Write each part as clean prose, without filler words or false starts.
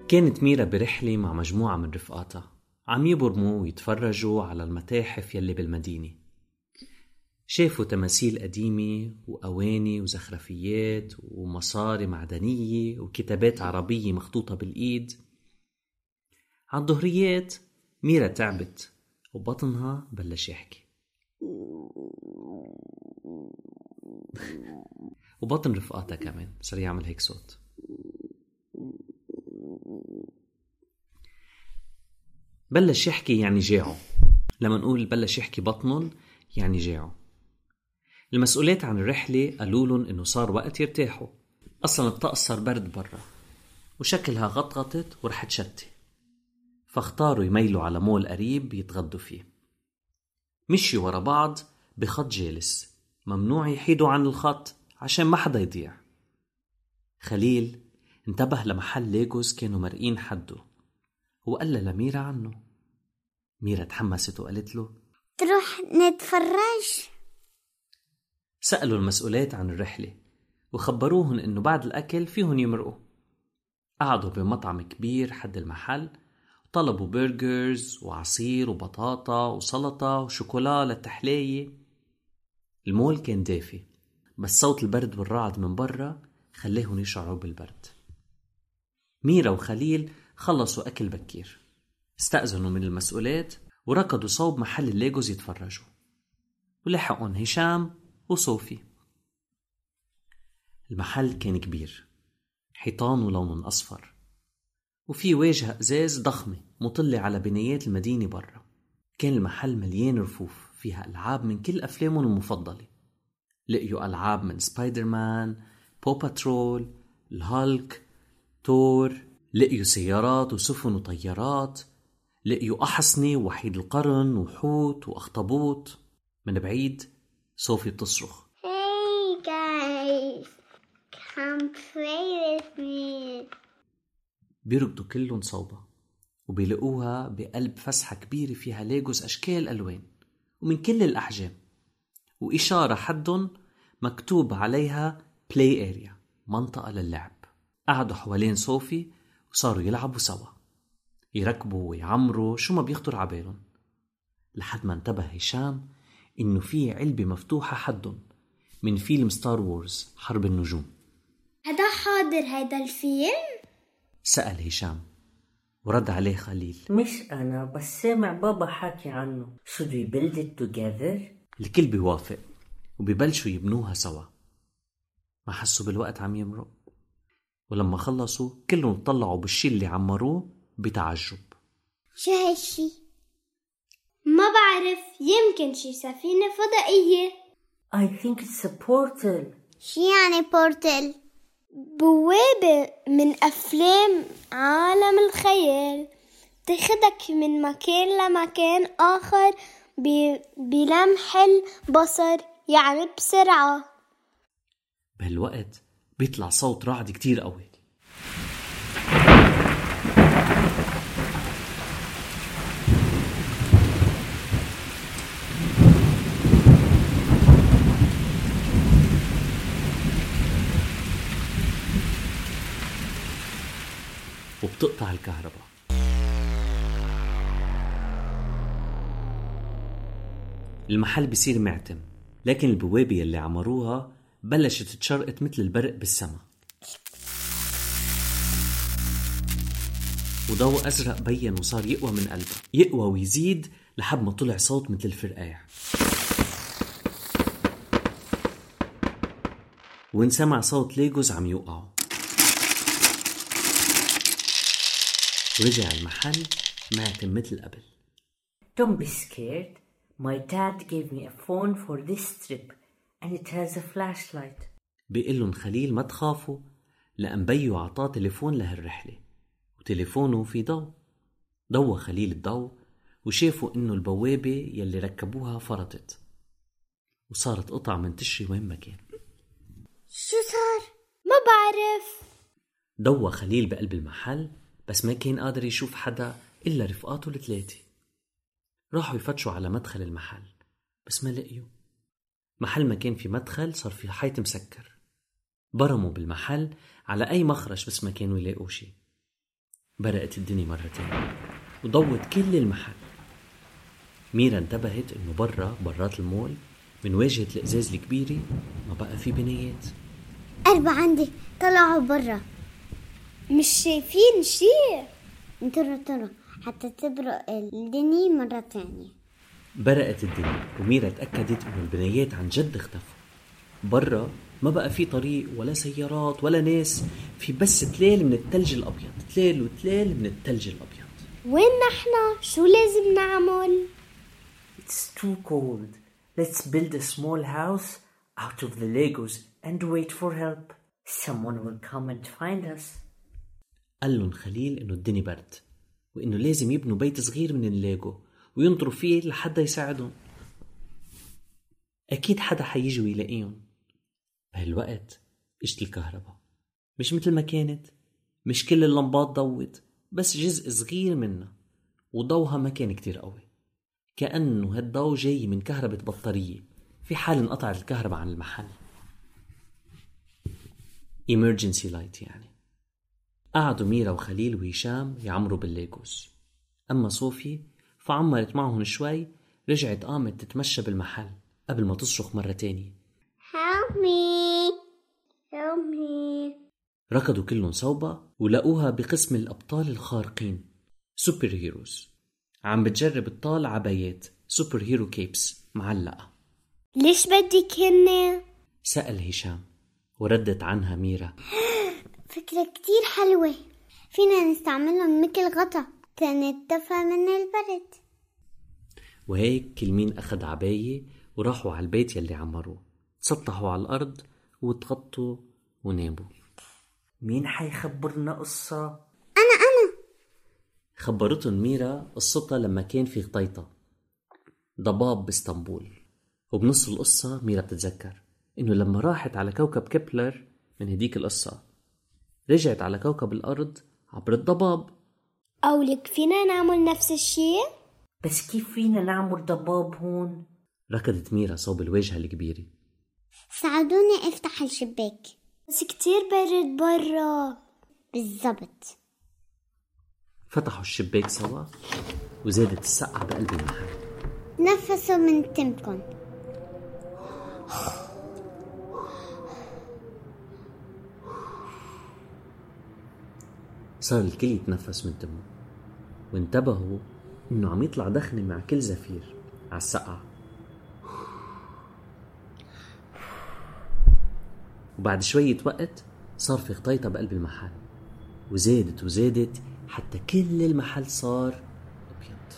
كانت ميرا برحلة مع مجموعة من رفقاتها عم يبرموا ويتفرجوا على المتاحف يلي بالمدينة. شافوا تماثيل قديمة وأواني وزخرفيات ومصاري معدنية وكتابات عربية مخطوطة بالإيد. عالظهريات ميرا تعبت وبطنها بلش يحكي وبطن رفقاتها كمان صار يعمل هيك صوت. بلش يحكي يعني جاعوا. لما نقول بلش يحكي بطنهم يعني جاعوا. المسؤولات عن الرحلة قالوا لهم إنه صار وقت يرتاحوا، أصلا الطقس صار برد برا وشكلها غطغطت ورحت شتي، فاختاروا يميلوا على مول قريب يتغدوا فيه. مشيوا ورا بعض بخط جالس، ممنوع يحيدوا عن الخط عشان ما حدا يضيع. خليل انتبه لمحل ليجوز كانوا مرقين حده وقال لميرا عنه. ميرا تحمست وقالت له تروح نتفرج؟ سألوا المسؤولات عن الرحلة وخبروهن إنه بعد الأكل فيهن يمرقوا. قعدوا بمطعم كبير حد المحل وطلبوا برجرز وعصير وبطاطا وسلطة وشوكولا للتحلية. المول كان دافي بس صوت البرد والرعد من برا خليهم يشعروا بالبرد. ميرا وخليل خلصوا أكل بكير، استأذنوا من المسؤولات وركضوا صوب محل الليجوز يتفرجوا، ولحقون هشام وصوفي. المحل كان كبير، حيطانه لون أصفر وفي واجهة إزاز ضخمة مطلة على بنايات المدينة برا. كان المحل مليان رفوف فيها ألعاب من كل أفلامهم المفضلة. لقيوا ألعاب من سبايدر مان، بو باترول، الهالك، تور. لقيوا سيارات وسفن وطيارات. لقيوا أحصنة ووحيد القرن وحوت وأخطبوط. من بعيد صوفي بتصرخ Hey guys, come play with me. بيركضوا كلهم صوبة وبيلاقوها بقلب فسحة كبيرة فيها ليجوز أشكال ألوان ومن كل الأحجام، وإشارة حدهم مكتوب عليها play area، منطقة للعب. قعدوا حوالين صوفي وصاروا يلعبوا سوا، يركبوا ويعمروا شو ما بيخطر عبالهم، لحد ما انتبه هشام إنه في علبة مفتوحة حدهم من فيلم ستار وورز حرب النجوم. هذا حاضر هذا الفيلم؟ سأل هشام ورد عليه خليل مش أنا بس سامع بابا حكي عنه. Should we build it together؟ الكل بيوافق وبيبلشوا يبنوها سوا. ما حسوا بالوقت عم يمرق، ولما خلصوا كلهم طلعوا بالشي اللي عمروه بتعجب. شو هالشي؟ ما بعرف، يمكن شي سفينة فضائية. I think it's a portal. شي يعني بورتل؟ بوابة من أفلام عالم الخيال تاخدك من مكان لمكان آخر بلمح البصر، يعني بسرعة. بهالوقت بيطلع صوت رعد كتير قوي، وبتقطع الكهرباء. المحل بيصير معتم، لكن البوابة اللي عمروها بلشت تشرقت مثل البرق بالسما، وضوء أزرق بين وصار يقوى من قلبه، يقوى ويزيد لحد ما طلع صوت مثل الفرقاع، وانسمع صوت ليجوز عم يوقعوا. ورجع المحل معتم مثل قبل. Don't be scared. My dad gave me a phone for this trip and it has a flashlight. بيقلن خليل ما تخافوا لأن بيو عطاه تليفون لهالرحلة، وتليفونه في ضوء. ضوى خليل الضوء وشافوا إنه البوابة يلي ركبوها فرطت وصارت قطع منتشرة وين ما كان. شو صار؟ ما بعرف. ضوى خليل بقلب المحل بس ما كان قادر يشوف حدا إلا رفقاته الثلاثة. راحوا يفتشوا على مدخل المحل بس ما لقيوا. محل ما كان في مدخل صار في حيط مسكر. برموا بالمحل على أي مخرج بس ما كانوا يلاقوا شي. برقت الدنيا مرة تانية وضوت كل المحل. ميرا انتبهت انه برات المول من واجهة الإزاز الكبيرة ما بقى في بنايات. قربوا عندي، طلعوا برا. مش شايفين شيء. انطروا حتى تبرق الدنيا مرة تانية. برقت الدنيا وميرا تأكدت انه البنايات عن جد اختفوا. برا ما بقى في طريق ولا سيارات ولا ناس، في بس تلال من التلج الأبيض، تلال وتلال من التلج الأبيض. وين نحنا؟ شو لازم نعمل؟ It's too cold. Let's build a small house out of the Legos and wait for help. Someone will come and find us. قال لهم خليل إنه الدنيا برد وإنه لازم يبنوا بيت صغير من الليجو وينطروا فيه لحدا يساعدهم. أكيد حدا حييجي ويلاقيهم. بهالوقت اجت الكهرباء، مش مثل ما كانت، مش كل اللمبات ضوت، بس جزء صغير منها، وضوها ما كان كتير قوي، كأنه هالضو جاي من كهرباء بطارية في حال انقطعت الكهرباء عن المحل. emergency light يعني. قعدوا ميرا وخليل وهشام يعمروا بالليجوز. أما صوفي فعمرت معهم شوي، رجعت قامت تتمشى بالمحل قبل ما تصرخ مرة تانية Help me. Help me. ركضوا كلهم صوبة ولقوها بقسم الأبطال الخارقين، سوبر هيروز، عم بتجرب تطال عبايات سوبر هيرو كيبس معلقة. ليش بدك هن؟ سأل هشام وردت عنها ميرا فكرة كتير حلوة، فينا نستعملهم مثل غطا تنتدفى من البرد. وهيك كل مين أخذ عباية وراحوا على البيت يلي عمروه، تسطحوا على الأرض وتغطوا وناموا. مين حيخبرنا قصة؟ أنا خبرتهم ميرا قصتها لما كان في غطيطة ضباب باسطنبول. وبنص القصة ميرا بتتذكر إنه لما راحت على كوكب كيبلر من هديك القصة رجعت على كوكب الأرض عبر الضباب. أو لك فينا نعمل نفس الشيء؟ بس كيف فينا نعمل ضباب هون؟ ركضت ميرا صوب الواجهة الكبيرة. ساعدوني افتح الشباك. بس كتير برد برا. بالضبط. فتحوا الشباك سوا وزادت السقعة بقلب المحل. نفسوا من تمكن. صار الكل يتنفس من تمه، وانتبهوا إنه عم يطلع دخنة مع كل زفير على السقعة. وبعد شوية وقت صار في خطيطة بقلب المحل، وزادت حتى كل المحل صار أبيض.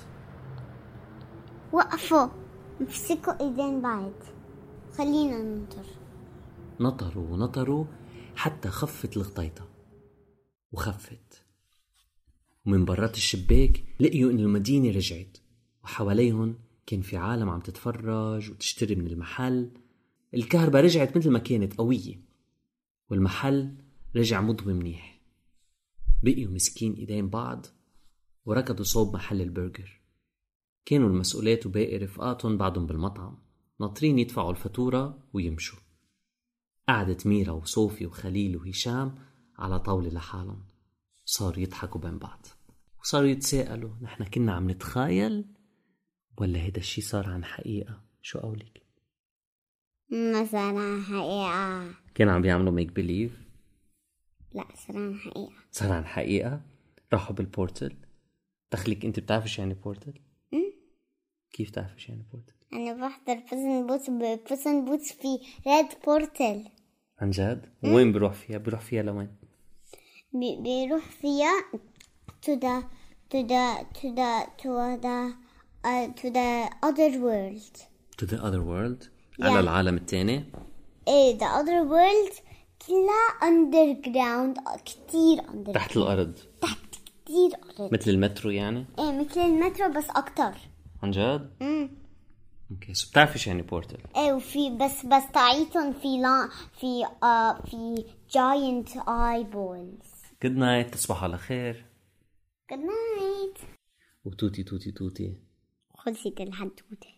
وقفوا، امسكوا ايدين بعض، خلينا ننطر. نطروا حتى خفت الخطيطة وخفت. ومن برات الشباك لقيوا إن المدينة رجعت، وحواليهم كان في عالم عم تتفرج وتشتري من المحل. الكهرباء رجعت مثل ما كانت قوية، والمحل رجع مضوي منيح. بقيوا مسكين ايدين بعض وركضوا صوب محل البرجر. كانوا المسؤولات وباقي رفقاتهم بعضهم بالمطعم ناطرين يدفعوا الفاتورة ويمشوا. قعدت ميرا وصوفي وخليل وهشام على طاولة لحالهم، صاروا يضحكوا بين بعض وصاروا يتساءلوا نحن كنا عم نتخايل ولا هيدا الشي صار عن حقيقة. شو قولك؟ ما صار عن حقيقة. كان عم بيعملوا ميك بليف؟ لا، صار عن حقيقة. صار عن حقيقة. راحوا بالبورتل. دخلك انت بتعرفي شو يعني بورتل؟ كيف تعرفي شو يعني بورتل؟ أنا بحضر بوسن بوتس في ريد بورتل. عن جد؟ وين بروح فيها؟ بروح فيها لوين؟ بيروح فيها to the other world. To the other world؟ على العالم الثاني؟ ايه the other world كلها underground، كتير underground. تحت الأرض؟ تحت كتير أرض. مثل المترو يعني؟ ايه مثل المترو بس أكتر. عن جد؟ اوكي، سو بتعرفي شو يعني بورتل؟ ايه وفي بس طاعيتهم في giant eyeballs. Good night، تصبحوا على خير. Good night. وتوتي توتي توتي. خلصت الحدوتة.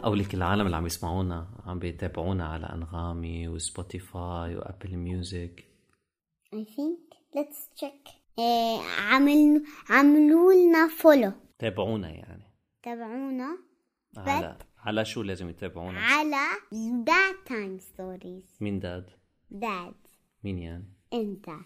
أو لك العالم اللي عم يسمعونا عم بيتابعونا على أنغامي وسبوتيفاي وأبل ميوزك. I think let's check. عملوا لنا فولو. تابعونا يعني. تابعونا. على شو لازم يتابعونا؟ على Dad Time Stories. مين داد؟ Dad. مين يعني؟ انت.